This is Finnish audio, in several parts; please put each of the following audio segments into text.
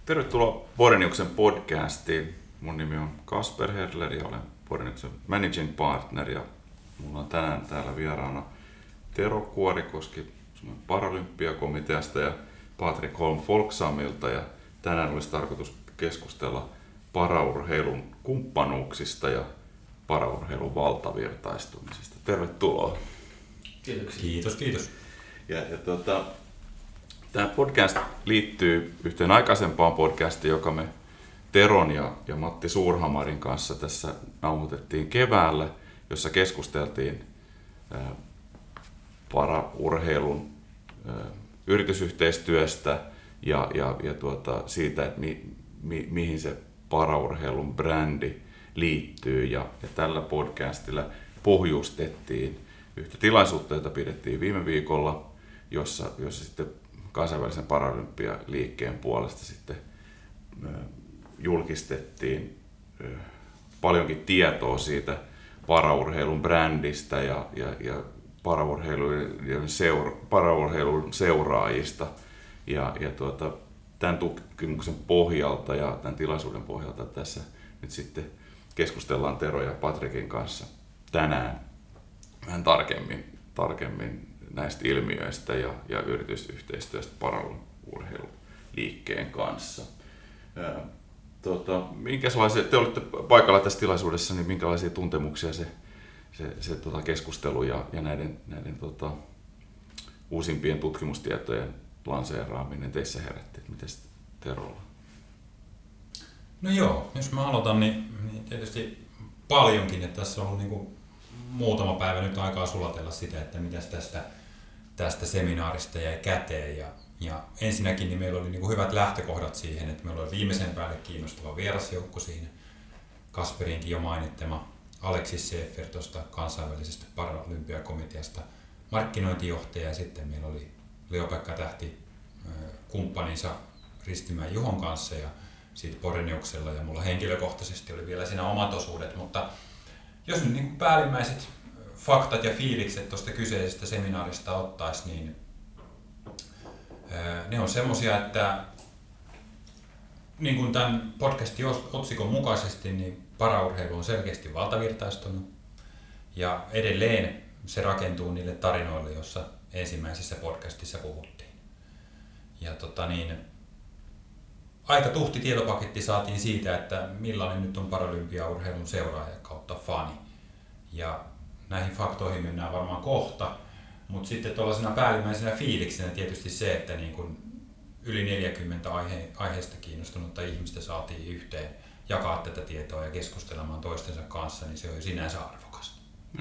Tervetuloa Boreniuksen podcastiin. Mun nimi on Kasper Herler ja olen Boreniuksen Managing Partner. Ja mulla on tänään täällä vieraana Tero Kuorikoski Paralympiakomiteasta ja Patrik Holm Folksamilta. Ja tänään olisi tarkoitus keskustella paraurheilun kumppanuuksista ja paraurheilun valtavirtaistumisesta. Tervetuloa. Kiitoksia. Kiitos. Tämä podcast liittyy yhteen aikaisempaan podcastiin, joka me Teron ja Matti Suurhamarin kanssa tässä nauhoitettiin keväällä, jossa keskusteltiin paraurheilun yritysyhteistyöstä ja siitä, että mihin se paraurheilun brändi liittyy. Ja tällä podcastilla pohjustettiin yhtä tilaisuutta, jota pidettiin viime viikolla, jossa sitten kansainvälisen paralympialiikkeen puolesta sitten julkistettiin paljonkin tietoa siitä paraurheilun brändistä ja paraurheilun seuraajista. Tämän tutkimuksen pohjalta ja tämän tilaisuuden pohjalta tässä nyt sitten keskustellaan Tero ja Patrikin kanssa tänään vähän tarkemmin näistä ilmiöistä ja yritysyhteistyöstä paraurheiluliikkeen kanssa. Minkälaisia, te olitte paikalla tässä tilaisuudessa, niin minkälaisia tuntemuksia se keskustelu ja näiden uusimpien tutkimustietojen lanseeraaminen teissä herätti? Mites Terolla? No joo, jos mä aloitan, niin tietysti paljonkin, että tässä on ollut niin muutama päivä nyt aikaa sulatella sitä, että mitäs tästä seminaarista jäi käteen. Ja ensinnäkin niin meillä oli niin hyvät lähtökohdat siihen, että meillä oli viimeisen päälle kiinnostava vierasjoukko siinä. Kasperinkin jo mainittama Alexis Sefer tuosta kansainvälisestä paralympiakomiteasta markkinointijohtaja, ja sitten meillä oli Leo-Pekka Tähti kumppaninsa Ristimäen Juhon kanssa ja siitä Boreniuksella, ja mulla henkilökohtaisesti oli vielä siinä omat osuudet, mutta jos nyt niin päällimmäiset faktat ja fiilikset tuosta kyseisestä seminaarista ottaisi, niin ne on semmoisia, että niin kuin tämän podcastin otsikon mukaisesti, niin paraurheilu on selkeästi valtavirtaistunut ja edelleen se rakentuu niille tarinoille, joissa ensimmäisessä podcastissa puhuttiin. Ja aika tuhti tietopaketti saatiin siitä, että millainen nyt on paralympiaurheilun seuraaja kautta fani. Ja näihin faktoihin mennään varmaan kohta, mutta sitten tuollaisena päällimmäisenä fiiliksenä tietysti se, että niin kun yli 40 aiheesta kiinnostunutta ihmistä saatiin yhteen jakaa tätä tietoa ja keskustelemaan toistensa kanssa, niin se on jo sinänsä arvokasta.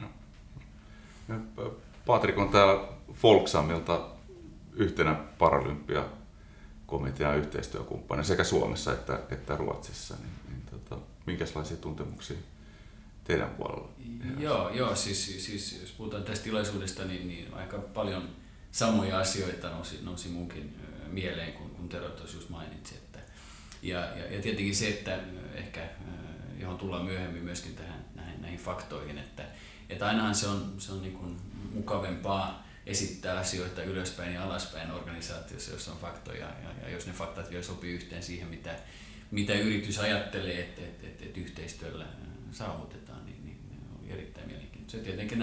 Patrik on täällä Folksamilta yhtenä Paralympiakomitean yhteistyökumppani sekä Suomessa että Ruotsissa. Minkälaisia tuntemuksia teidän puolella? Joo, siis jos puhutaan tästä tilaisuudesta, niin aika paljon samoja asioita nousi munkin mieleen, kun Tero tuossa just mainitsi. Ja tietenkin se, että ehkä johon tullaan myöhemmin myöskin näihin faktoihin, että ainahan se on niin kuin mukavempaa esittää asioita ylöspäin ja alaspäin organisaatiossa, jossa on faktoja, ja jos ne faktat vielä sopii yhteen siihen, mitä yritys ajattelee, että yhteistyöllä saavutetaan, niin oli erittäin mielenkiintoista. Tietenkin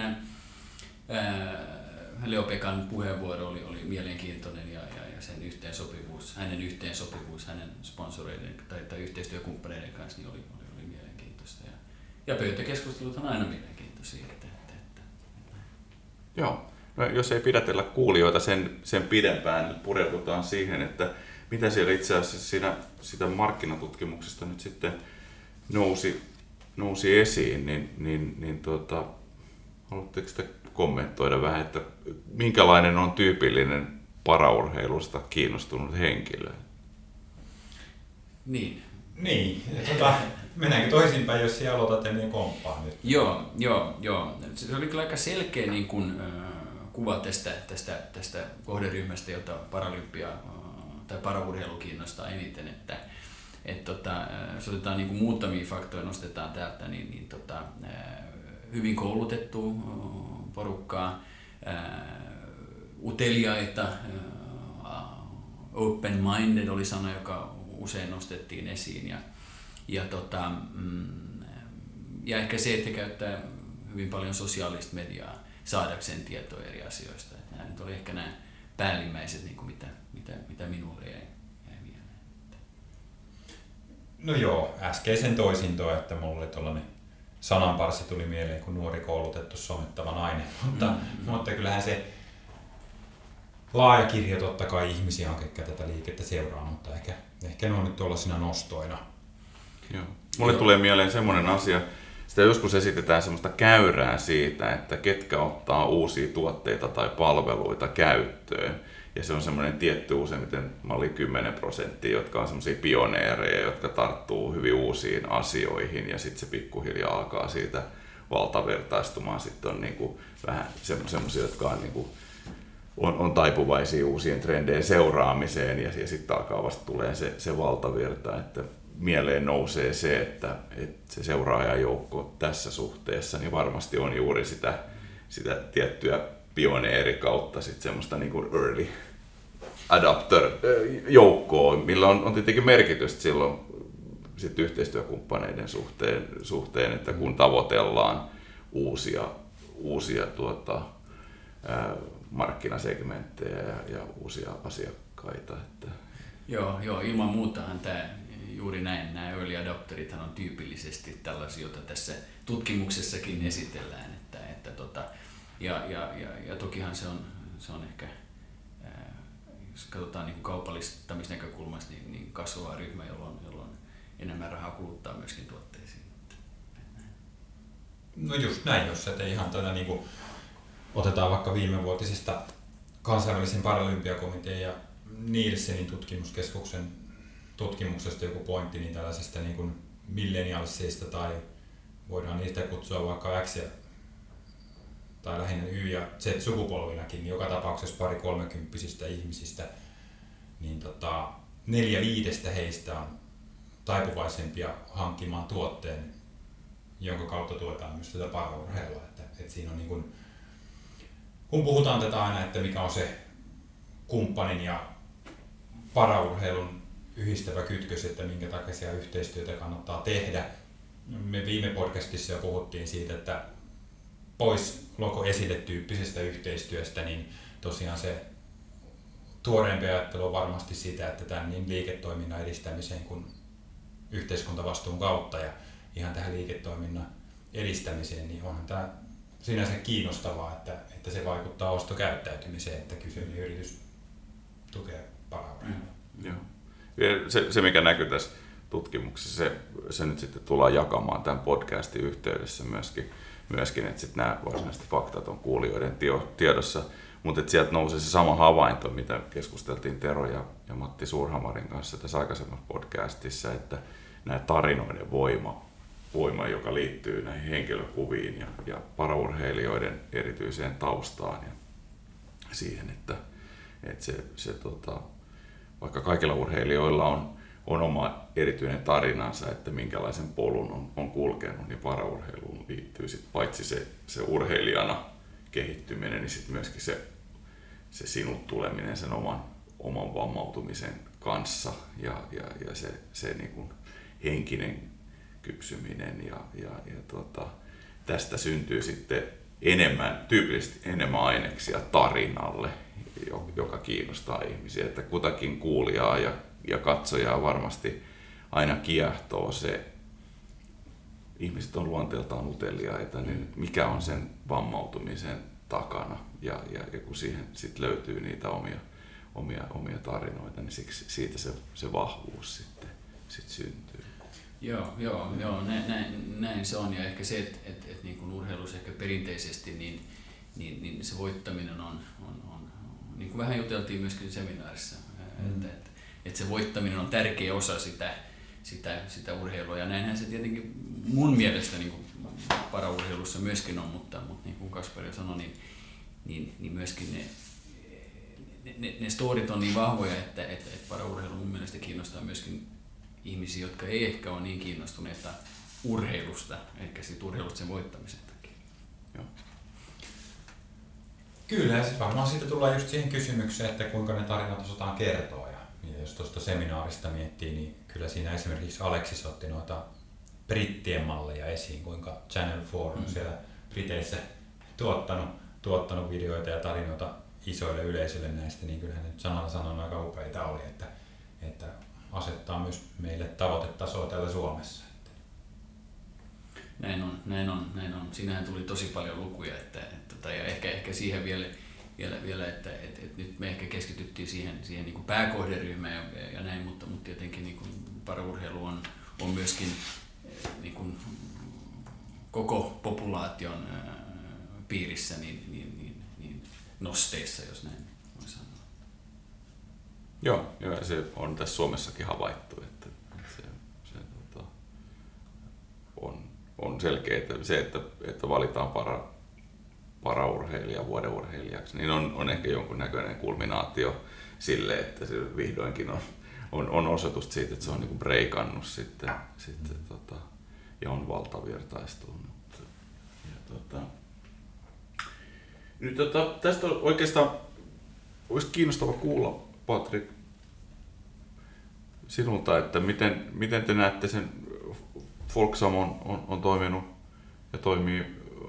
Leo-Pekan puheenvuoro oli mielenkiintoinen ja sen hänen yhteensopivuus hänen sponsoreiden tai yhteistyökumppaneiden kanssa niin oli mielenkiintoista. Ja pöytäkeskustelut on aina mielenkiintoisia. Joo. No, jos ei pidätellä kuulijoita sen pidempään, niin pureudutaan siihen, että mitä siellä itse asiassa sitä markkinatutkimuksesta nyt sitten nousi esiin, niin haluatteko te kommentoida vähän, että minkälainen on tyypillinen paraurheilusta kiinnostunut henkilö? Niin. Mennäänkö toisinpäin, jos sinä aloitat ja niin komppaan nyt? Joo. Se oli kyllä aika selkeä niin kuin, kuva tästä kohderyhmästä, jota paralympia tai paraurheilu kiinnostaa eniten, että jos otetaan niin kuin muutamia faktoja, nostetaan täältä, niin hyvin koulutettu porukkaa, uteliaita, open-minded oli sana, joka usein nostettiin esiin. Ja ehkä se, että he käyttää hyvin paljon sosiaalista mediaa saadakseen tietoa eri asioista. Että nämä nyt oli ehkä nämä päällimmäiset, niin kuin mitä minulle jäi mieleen. No joo, äskeisen toisintoa, että mulla oli tuollainen sananparsi tuli mieleen, kun nuori koulutettu somettava nainen. Mutta kyllähän se laaja kirjo totta kai ihmisiä on, ketkä tätä liikettä seuraa, mutta ehkä ne on nyt tuollaisina nostoina. Joo. Mulle tulee mieleen semmoinen asia, sitä joskus esitetään semmoista käyrää siitä, että ketkä ottaa uusia tuotteita tai palveluita käyttöön. Ja se on semmoinen tietty useimmiten malli 10%, jotka on semmoisia pioneereja, jotka tarttuu hyvin uusiin asioihin ja sitten se pikkuhiljaa alkaa siitä valtavertaistumaan. Sitten on niinku vähän semmoisia, jotka on, niinku, on taipuvaisia uusien trendeen seuraamiseen ja sitten alkaa vasta tulee se valtavirta. Että mieleen nousee se, että se seuraajajoukko tässä suhteessa niin varmasti on juuri sitä tiettyä pioneerikautta, sitten semmoista niin kuin early adapter-joukkoa, millä on tietenkin merkitystä silloin sit yhteistyökumppaneiden suhteen, että kun tavoitellaan uusia markkinasegmenttejä ja uusia asiakkaita. Että. Joo, ilman muutahan tämä juuri näin. Nämä early adopterithan on tyypillisesti tällaisia, joita tässä tutkimuksessakin esitellään. Ja tokihan se on ehkä, jos katsotaan niin kaupallistamisnäkökulmasta, niin kasvava ryhmä, jolloin enemmän rahaa kuluttaa myöskin tuotteisiin. No just näin, jos et ihan tätä niin kuin otetaan vaikka viimevuotisista kansainvälisen paralympiakomitean ja Nielsenin tutkimuskeskuksen tutkimuksesta joku pointti, niin tällaisista niin kuin millenialseista tai voidaan niistä kutsua vaikka X tai lähinnä Y- ja Z-sukupolvinakin, niin joka tapauksessa pari 30-vuotiaista ihmisistä, niin 4/5 heistä on taipuvaisempia hankkimaan tuotteen, jonka kautta tuetaan myös tätä paraurheilua. Että siinä on niin kuin, kun puhutaan tätä aina, että mikä on se kumppanin ja paraurheilun yhdistävä kytkös, että minkä takia yhteistyötä kannattaa tehdä. Me viime podcastissa jo puhuttiin siitä, että pois logo esille tyyppisestä yhteistyöstä, niin tosiaan se tuoreempi ajattelu on varmasti sitä, että tämän niin liiketoiminnan edistämiseen kuin yhteiskuntavastuun kautta ja ihan tähän liiketoiminnan edistämiseen, niin onhan tämä sinänsä kiinnostavaa, että se vaikuttaa ostokäyttäytymiseen, että kyseinen yritys tukee paraurheilua. Joo. Se mikä näkyy tässä tutkimuksessa, se nyt sitten tullaan jakamaan tämän podcastin yhteydessä myöskin, että sitten nämä varsinaiset faktat on kuulijoiden tiedossa, mutta sieltä nousee se sama havainto, mitä keskusteltiin Tero ja Matti Suurhamarin kanssa tässä aikaisemmassa podcastissa, että nämä tarinoiden voima, joka liittyy näihin henkilökuviin ja paraurheilijoiden erityiseen taustaan ja siihen, että vaikka kaikilla urheilijoilla on oma erityinen tarinansa, että minkälaisen polun on kulkenut, niin paraurheiluun liittyy sit paitsi se urheilijana kehittyminen, niin sit myöskin se sinut tuleminen sen oman vammautumisen kanssa ja se niin kuin henkinen kypsyminen ja tästä syntyy sitten tyypillisesti enemmän aineksia tarinalle, joka kiinnostaa ihmisiä, että kutakin kuulijaa ja katsojaa varmasti aina kiehtoo se, ihmiset on luonteeltaan uteliaita, niin mikä on sen vammautumisen takana ja kun siihen sit löytyy niitä omia tarinoita, niin siitä se vahvuus sitten syntyy. Joo, näin se on ja ehkä se, että niin kuin urheilussa ehkä perinteisesti niin se voittaminen on niin kuin vähän juteltiin myöskin seminaarissa, että se voittaminen on tärkeä osa sitä urheilua ja näinhän se tietenkin mun mielestä niin kuin paraurheilussa myöskin on, mutta niin kuin Kasperi sanoi, niin myöskin ne storit on niin vahvoja, että paraurheilu mun mielestä kiinnostaa myöskin ihmisiä, jotka ei ehkä ole niin kiinnostuneita urheilusta, ehkä siitä urheilusta sen voittamisen takia. Joo. Kyllä, ja sitten varmaan siitä tullaan just siihen kysymykseen, että kuinka ne tarinat osataan kertoa ja jos tuosta seminaarista miettii, niin kyllä siinä esimerkiksi Aleksis otti noita brittien malleja esiin, kuinka Channel 4 on siellä Briteissä tuottanut videoita ja tarinoita isoille yleisöille näistä, niin kyllähän nyt sanalla sanon aika upeita oli, että asettaa myös meille tavoitetasoa täällä Suomessa. Näin on. Siinähän tuli tosi paljon lukuja, ja ehkä siihen vielä että nyt me ehkä keskityttiin siihen niin kuin pääkohderyhmään ja näin, mutta tietenkin niin kuin paraurheilu on myöskin niin kuin koko populaation piirissä niin nosteissa, jos näin voi sanoa. Joo, se on tässä Suomessakin havaittu, että se on selkeä se, että valitaan paraurheilija vuodenurheilijaksi, niin on ehkä jonkunnäköinen kulminaatio sille, että se vihdoinkin on osoitus siitä, että se on niin kuin breikannut sitten ja on valtavirtaistunut. Nyt tästä oikeastaan olisi kiinnostava kuulla, Patrik, sinulta, että miten te näette sen, Folksam on toiminut ja toimii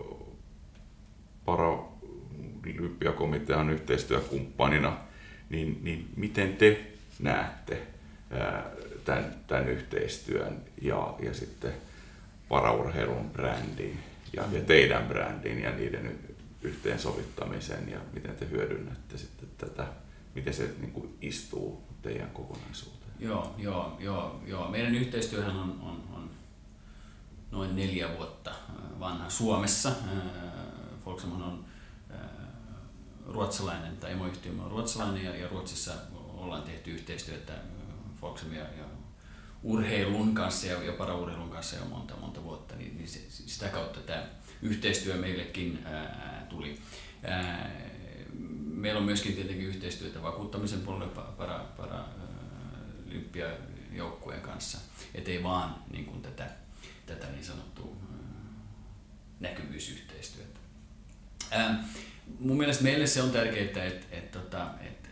Paralympiakomitean yhteistyökumppanina, niin miten te näette tämän yhteistyön ja sitten paraurheilun brändin ja teidän brändin ja niiden yhteensovittamisen ja miten te hyödynnätte sitten tätä, miten se niin kuin istuu teidän kokonaisuuteen? Joo. Meidän yhteistyöhän on noin 4 vuotta vanha Suomessa. Folksam on ruotsalainen, tai emoyhtiö on ruotsalainen ja Ruotsissa ollaan tehty yhteistyötä Folksam ja urheilun kanssa ja paraurheilun kanssa jo monta vuotta, niin sitä kautta tämä yhteistyö meillekin tuli. Meillä on myöskin tietenkin yhteistyötä vakuuttamisen puolella paralympiajoukkueen kanssa, ettei vaan niin kuin tätä niin sanottua näkyvyysyhteistyötä. Mun mielestä meille se on tärkeää, että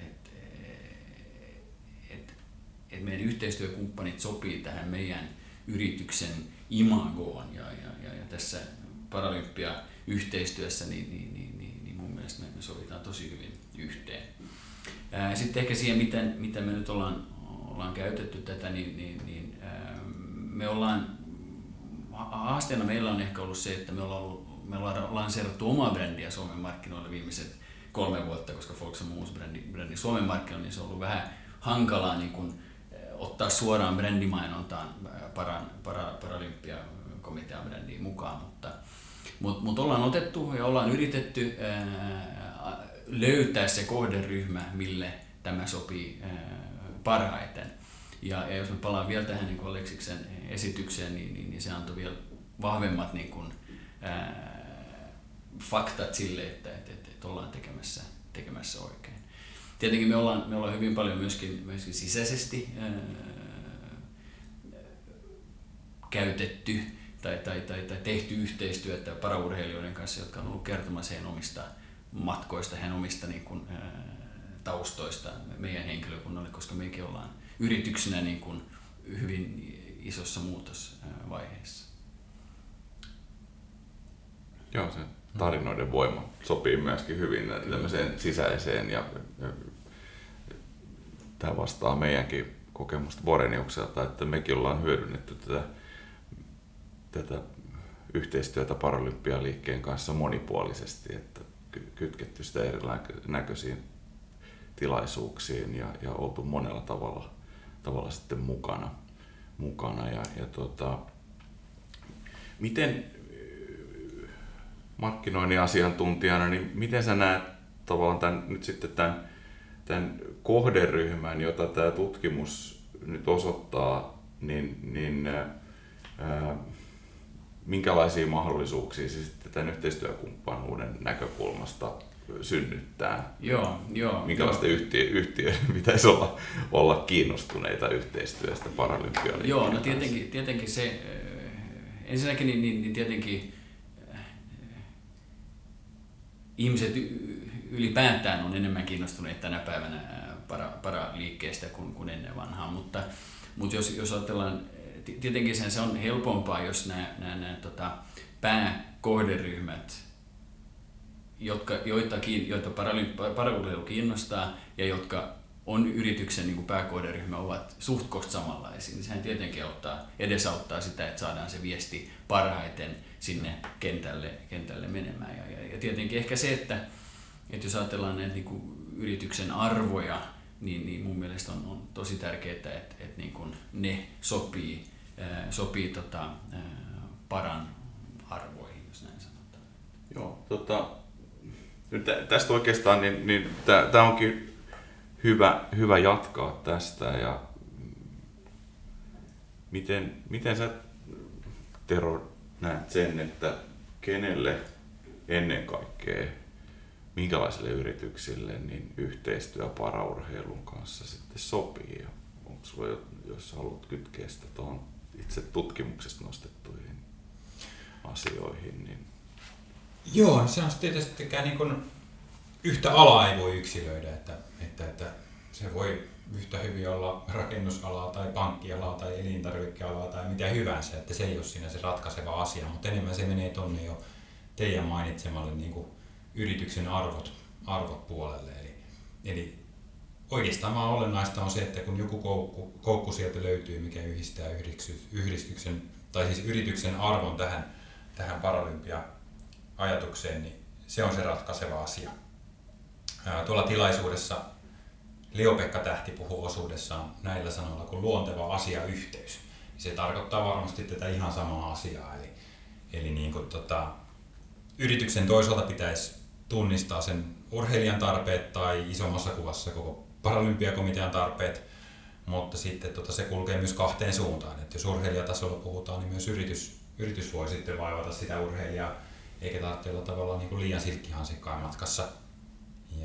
meidän yhteistyökumppanit sopii tähän meidän yrityksen imagoon ja tässä paralympiayhteistyössä niin mun mielestä me sovitaan tosi hyvin yhteen. Sitten ehkä siihen, miten me nyt ollaan käytetty tätä, niin me haasteena meillä on ehkä ollut se, että me ollaan lanseerattu omaa brändiä Suomen markkinoille viimeiset 3 vuotta, koska Folksam on uusi brändi Suomen markkinoilla, niin se on ollut vähän hankalaa niin kun ottaa suoraan brändimainontaan Paralympiakomitean brändiin mukaan, mutta ollaan otettu ja ollaan yritetty löytää se kohderyhmä, mille tämä sopii parhaiten. Ja jos me palaan vielä tähän niin kuin Aleksiksen esitykseen, niin se antoi vielä vahvemmat niin kuin, faktat sille, että ollaan tekemässä oikein. Tietenkin me ollaan hyvin paljon myöskin sisäisesti käytetty tai tehty yhteistyötä paraurheilijoiden kanssa, jotka on ollut kertomassa heidän omista matkoista, heidän omista niin kuin, taustoista meidän henkilökunnalle, koska mekin ollaan yrityksenä niin kuin hyvin isossa muutosvaiheessa. Joo, se tarinoiden voima sopii myöskin hyvin tämmöiseen sisäiseen ja tämä vastaa meidänkin kokemusta Boreniukselta, että mekin ollaan hyödynnetty tätä yhteistyötä Paralympialiikkeen kanssa monipuolisesti, että kytketty sitä erinäköisiin tilaisuuksiin ja oltu monella tavalla sitten mukana. Miten markkinoinnin asiantuntijana, niin miten sä näet tavallaan tämän kohderyhmän, jota tämä tutkimus nyt osoittaa, niin minkälaisia mahdollisuuksia se sitten tämän yhteistyökumppanuuden näkökulmasta synnyttää? Joo. Minkälaisten yhtiöiden pitäisi olla kiinnostuneita yhteistyöstä Paralympialiikkeen Joo, no tietenkin se, ensinnäkin niin tietenkin ihmiset ylipäätään on enemmän kiinnostuneet tänä päivänä paraliikkeestä kuin ennen vanhaa, mutta jos ajatellaan, tietenkin se on helpompaa, jos nämä pääkohderyhmät, joita paraurheilu kiinnostaa ja jotka on yrityksen niin kuin pääkohderyhmä, ovat suht samanlaisia, niin sehän tietenkin edesauttaa sitä, että saadaan se viesti parhaiten sinne kentälle menemään. Ja tietenkin ehkä se, että jos ajatellaan näitä niin kuin yrityksen arvoja, niin mun mielestä on tosi tärkeää, että niin kuin ne sopii paran arvoihin, jos näin sanotaan. Joo, nyt tästä oikeastaan, niin tämä onkin hyvä jatkaa tästä. Ja miten sä, Tero, näet sen, että kenelle ennen kaikkea, minkälaisille yrityksille niin yhteistyö paraurheilun kanssa sitten sopii? Ja onko sulla, jos haluat kytkeä sitä tuohon itse tutkimuksesta nostettuihin asioihin? Niin... Joo, se on tietysti niin kuin yhtä alaa ei voi yksilöidä, että se voi yhtä hyvin olla rakennusalaa tai pankkialaa tai elintarvikealaa tai mitä hyvänsä, että se ei ole siinä se ratkaiseva asia, mutta enemmän se menee tuonne jo teidän mainitsemalle niin kuin yrityksen arvot puolelle. Eli oikeastaan vaan olennaista on se, että kun joku koukku sieltä löytyy, mikä yhdistää yhdistyksen tai siis yrityksen arvon tähän paralympia-ajatukseen, niin se on se ratkaiseva asia. Tuolla tilaisuudessa Leo-Pekka Tähti puhuu osuudessaan näillä sanoilla kuin luonteva asiayhteys. Se tarkoittaa varmasti tätä ihan samaa asiaa. Eli niin kuin yrityksen toisaalta pitäisi tunnistaa sen urheilijan tarpeet tai isommassa kuvassa koko Paralympiakomitean tarpeet, mutta sitten se kulkee myös kahteen suuntaan. Että jos urheilijatasolla puhutaan, niin myös yritys voi sitten vaivata sitä urheilijaa, eikä tarvitse olla tavallaan niin kuin liian silkkihansikkaan matkassa. Ja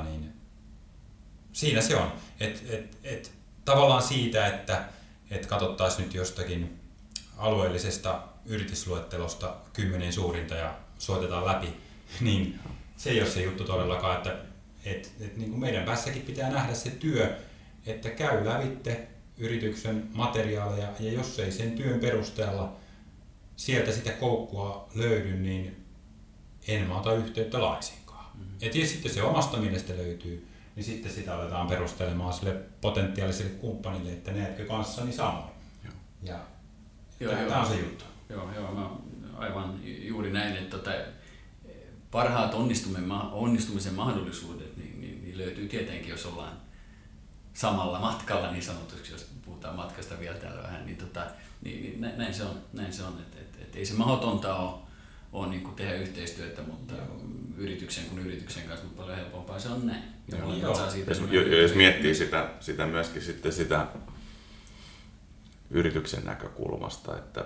siinä se on. Tavallaan siitä, että katsottaisiin nyt jostakin alueellisesta yritysluettelosta 10 suurinta ja soitetaan läpi, niin se ei ole se juttu todellakaan, että niin kuin meidän päässäkin pitää nähdä se työ, että käy lävitte yrityksen materiaaleja ja jos ei sen työn perusteella sieltä sitä koukkua löydy, niin en ota yhteyttä laisinkaan. Ja sitten se omasta mielestä löytyy, niin sitten sitä aletaan perustelemaan sille potentiaaliselle kumppanille, että näetkö kanssani samoin. Ja tämä on se juttu. Joo, no, aivan juuri näin, että parhaat onnistumisen mahdollisuudet niin löytyy tietenkin, jos ollaan samalla matkalla niin sanotusti, jos puhutaan matkasta vielä täällä vähän, niin näin se on, että ei se mahdotonta ole niin kuin tehdä yhteistyötä, mutta yrityksen kanssa on paljon helpompaa, se on näin. Jos miettii sitä myöskin sitten sitä yrityksen näkökulmasta, että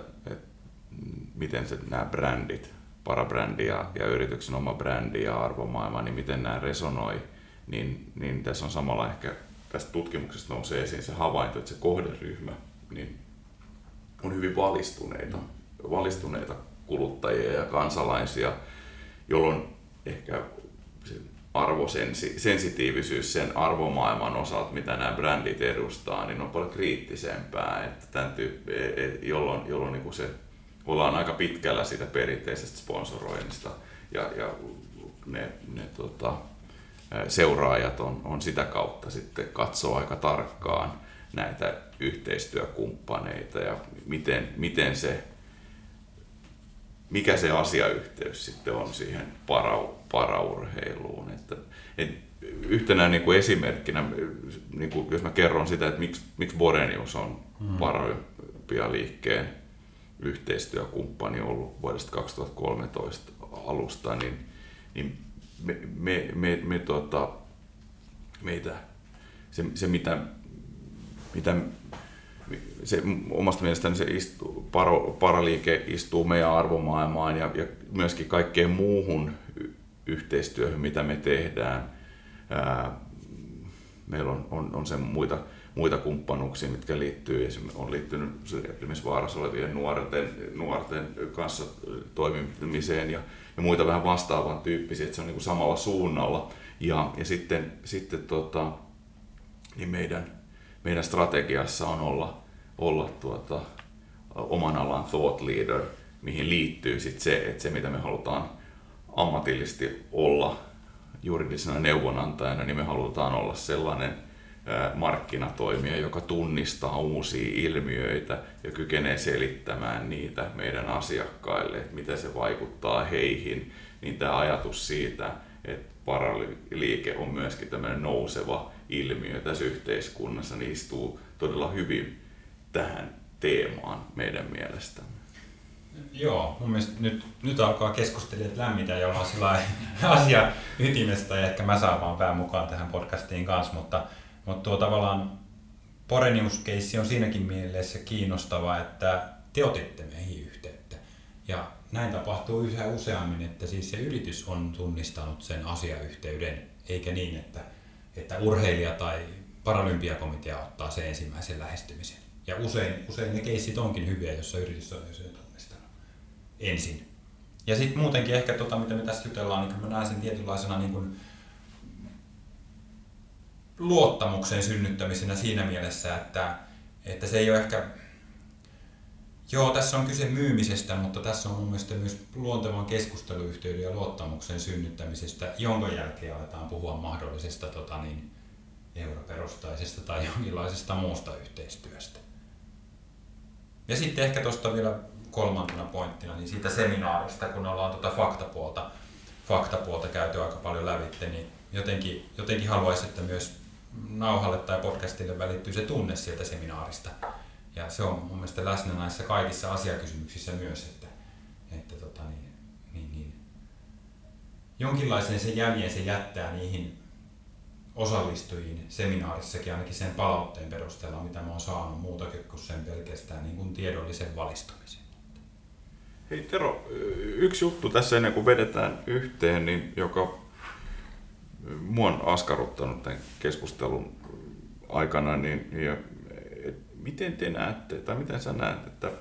miten nämä brändit, parabrändi ja yrityksen oma brändi ja arvomaailma, niin miten nämä resonoi, niin tässä on samalla ehkä tästä tutkimuksesta nousee esiin se havainto, että se kohderyhmä niin on hyvin valistuneita kuluttajia ja kansalaisia, jolloin ehkä se arvosensitiivisyys sen arvomaailman osalta, mitä nämä brändit edustaa, niin on paljon kriittisempää, että jolloin niin kuin se ollaan aika pitkällä siitä perinteisestä sponsoroinnista ja ne seuraajat on sitä kautta sitten katsoo aika tarkkaan näitä yhteistyökumppaneita ja mikä se asiayhteys sitten on siihen paraurheiluun. Että yhtenä niin kuin esimerkkinä, niin kuin jos mä kerron sitä, että miksi Borenius on Paralympialiikkeen yhteistyökumppani ollut vuodesta 2013 alusta, niin se omasta mielestäni se paraliike istuu meidän arvomaailmaan ja myöskin kaikkeen muuhun yhteistyöhön, mitä me tehdään. Meillä on sen muita kumppanuuksia, mitkä on liittynyt syrjäytymisvaarassa olevien nuorten kanssa toimimiseen ja muita vähän vastaavan tyyppisiä, että se on niin kuin samalla suunnalla. Ja sitten niin meidän strategiassa on olla oman alan thought leader, mihin liittyy sit se, että se mitä me halutaan ammatillisesti olla juridisena neuvonantajana, niin me halutaan olla sellainen markkinatoimija, joka tunnistaa uusia ilmiöitä ja kykenee selittämään niitä meidän asiakkaille, että miten se vaikuttaa heihin, niin tämä ajatus siitä, että paraliike on myöskin tämmöinen nouseva ilmiö tässä yhteiskunnassa, niin istuu todella hyvin tähän teemaan meidän mielestämme. Joo, mun mielestä nyt alkaa keskustelijat lämmitä ja ollaan sillä asia ytimestä ja ehkä mä saan vaan pään mukaan tähän podcastiin kanssa, mutta tuo tavallaan Borenius-keissi on siinäkin mielessä kiinnostava, että te otitte meihin yhteyttä. Ja näin tapahtuu yhä useammin, että siis se yritys on tunnistanut sen asiayhteyden, eikä niin, että urheilija tai paralympiakomitea ottaa sen ensimmäisen lähestymisen. Ja usein ne keissit onkin hyviä, jossa yritys on jo sen tunnistanut ensin. Ja sitten muutenkin ehkä mitä me tässä jutellaan, niin mä näen sen tietynlaisena niin kuin luottamuksen synnyttämisenä siinä mielessä, että se ei ole ehkä... Joo, tässä on kyse myymisestä, mutta tässä on mun mielestä myös luontevan keskusteluyhteyden ja luottamuksen synnyttämisestä, jonka jälkeen aletaan puhua mahdollisesta europerustaisesta tai jonkinlaisesta muusta yhteistyöstä. Ja sitten ehkä tuosta vielä kolmantena pointtina, niin siitä seminaarista, kun ollaan faktapuolta käyty aika paljon lävitse, niin jotenkin haluaisin, että myös nauhalle tai podcastille välittyy se tunne sieltä seminaarista. Ja se on mun mielestä läsnä näissä kaikissa asiakysymyksissä myös, että jonkinlaisen sen jäljen se jättää niihin osallistujiin seminaarissakin ainakin sen palautteen perusteella, mitä mä oon saanut muutakin kuin sen pelkästään niin kuin tiedollisen valistumisen. Hei Tero, yksi juttu tässä ennen kuin vedetään yhteen, niin joka mua on askarruttanut tämän keskustelun aikana, niin miten te näette, tai miten sä näet, että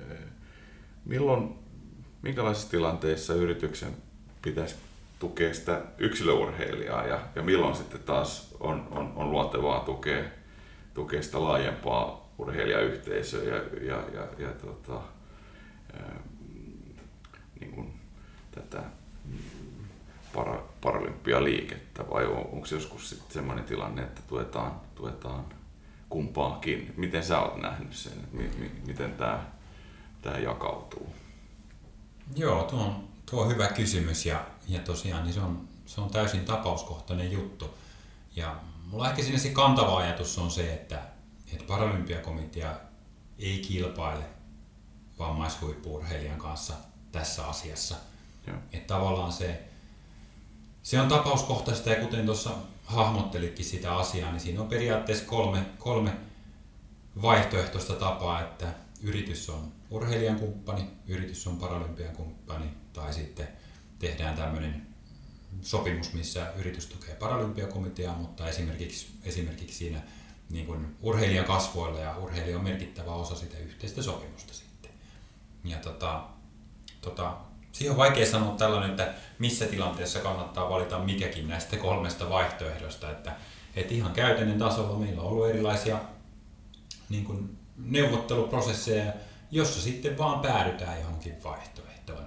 minkälaisissa tilanteissa yrityksen pitäisi tukea sitä yksilöurheilijaa ja milloin sitten taas on luontevaa tukea sitä laajempaa urheilijayhteisöä ja niin kuin tätä paralympialiikettä, vai onko joskus sitten sellainen tilanne, että tuetaan kumpaakin? Miten sä oot nähnyt sen, miten tämä jakautuu? Joo, tuo on hyvä kysymys ja tosiaan niin se on täysin tapauskohtainen juttu. Ja mulla ehkä siinä se kantava ajatus on se, että Paralympiakomitea ei kilpaile vammaishuippu-urheilijan kanssa tässä asiassa. Että tavallaan se on tapauskohtaista ja kuten tuossa hahmottelitkin sitä asiaa, niin siinä on periaatteessa kolme vaihtoehtoista tapaa, että yritys on urheilijan kumppani, yritys on paralympian kumppani tai sitten tehdään tämmöinen sopimus, missä yritys tukee paralympiakomiteaa, mutta esimerkiksi siinä niin kuin urheilijan kasvoilla ja urheilija on merkittävä osa sitä yhteistä sopimusta sitten. Ja siihen on vaikea sanoa tällainen, että missä tilanteessa kannattaa valita mikäkin näistä kolmesta vaihtoehdosta, että ihan käytännön tasolla meillä on ollut erilaisia niin kuin neuvotteluprosesseja, jossa sitten vaan päädytään johonkin vaihtoehtoon,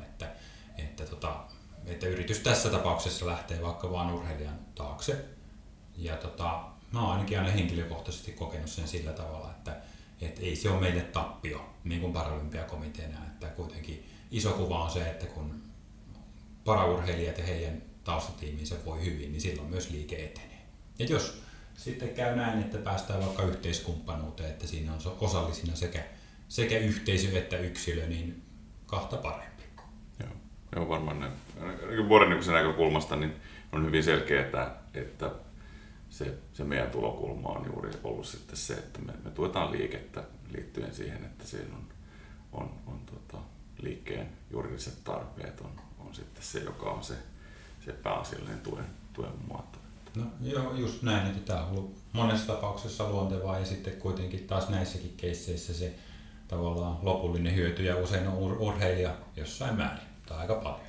että yritys tässä tapauksessa lähtee vaikka vaan urheilijan taakse. Ja mä oon ainakin aina henkilökohtaisesti kokenut sen sillä tavalla, että ei se ole meille tappio, niin kuin Paralympiakomiteana, että kuitenkin iso kuva on se, että kun paraurheilijat ja heidän taustatiiminsä voi hyvin, niin silloin myös liike etenee. Ja jos sitten käy näin, että päästään vaikka yhteiskumppanuuteen, että siinä on osallisina sekä yhteisö että yksilö, niin kahta parempi. Joo, varmaan Boreniuksen näkökulmasta niin on hyvin selkeää, että se meidän tulokulma on juuri ollut sitten se, että me tuetaan liikettä liittyen siihen, että siinä on liikkeen juridiset tarpeet on sitten se, joka on se pääasiallinen tuen muoto. No joo, just näin, että tämä on ollut monessa tapauksessa luontevaa ja sitten kuitenkin taas näissäkin keisseissä se tavallaan lopullinen hyöty ja usein on urheilija jossain määrin tai aika paljon.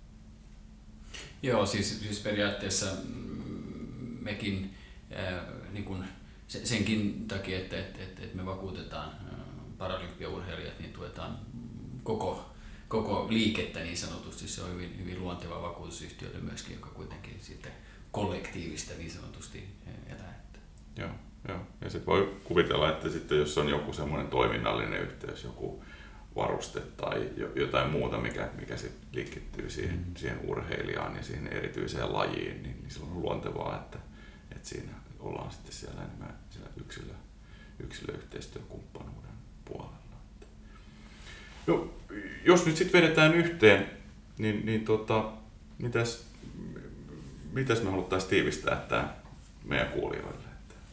Joo, siis periaatteessa mekin niin kuin senkin takia, että me vakuutetaan paralympiaurheilijat, niin tuetaan koko liikettä niin sanotusti. Se on hyvin, hyvin luonteva vakuutusyhtiölle myöskin, joka kuitenkin sitten kollektiivista niin sanotusti elää. Joo. Ja sitten voi kuvitella, että sitten jos on joku semmoinen toiminnallinen yhteys, joku varuste tai jotain muuta, mikä sitten linkittyy siihen urheilijaan ja siihen erityiseen lajiin, niin se on luontevaa, että siinä ollaan sitten siellä enemmän siellä yksilöyhteistyökumppanuuden puolella. No, jos nyt sitten vedetään yhteen, niin mitäs me haluttaisiin tiivistää tämä meidän kuulijoille?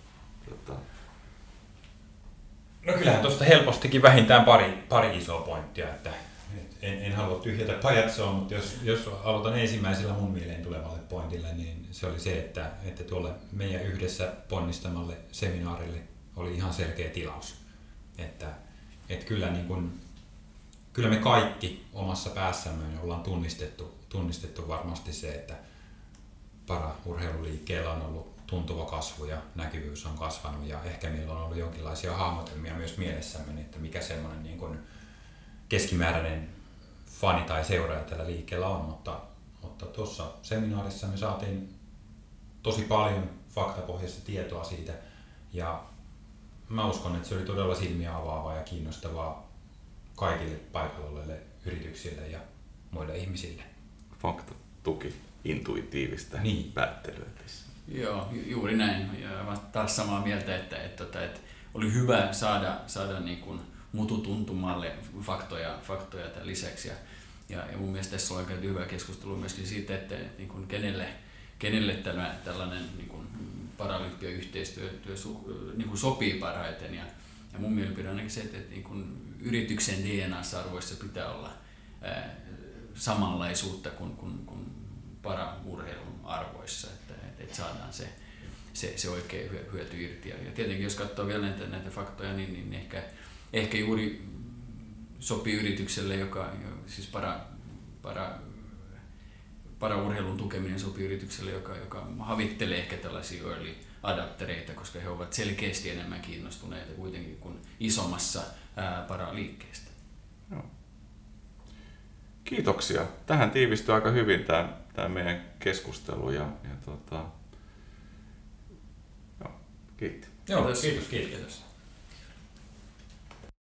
No kyllähän tuosta helpostikin vähintään pari isoa pointtia, että en halua tyhjätä pajatsoa, mutta jos aloitan ensimmäisellä mun mieleen tulevalle pointille, niin se oli se, että tuolle meidän yhdessä ponnistamalle seminaarille oli ihan selkeä tilaus. Että kyllä, kyllä me kaikki omassa päässämme ollaan tunnistettu varmasti se, että paraurheiluliikkeellä on ollut tuntuva kasvu ja näkyvyys on kasvanut ja ehkä meillä on ollut jonkinlaisia hahmotelmia myös mielessämme, että mikä semmoinen niin kuin keskimääräinen fani tai seuraaja tällä liikkeellä on, mutta tuossa seminaarissa me saatiin tosi paljon faktapohjaista tietoa siitä ja mä uskon, että se oli todella silmiä avaavaa ja kiinnostavaa kaikille paikalla olleille yrityksille ja muille ihmisille. Fakta tuki intuitiivista päättelyä tässä. Joo, juuri näin. Ja mä taas samaa mieltä, että oli hyvä saada niin kuin mututuntumalle faktoja tämän lisäksi. Ja mun mielestä tässä on käyty hyvä keskustelu myöskin siitä, että niin kuin kenelle tällainen niin kuin paralympiayhteistyö niin kuin sopii parhaiten. Ja mun mielipide on ainakin se, että niin kuin yrityksen DNA-arvoissa pitää olla samanlaisuutta kuin paraurheilun arvoissa, että saadaan se oikea hyöty irti. Ja tietenkin jos katsoo vielä näitä faktoja, niin ehkä juuri sopii yritykselle, siis paraurheilun tukeminen sopii yritykselle, joka havittelee ehkä tällaisia early adaptereita, koska he ovat selkeästi enemmän kiinnostuneita kuitenkin kuin isommassa paraliikkeestä. Joo. Kiitoksia. Tähän tiivistyi aika hyvin tämä meidän keskustelu ja kiitos. Kiitos.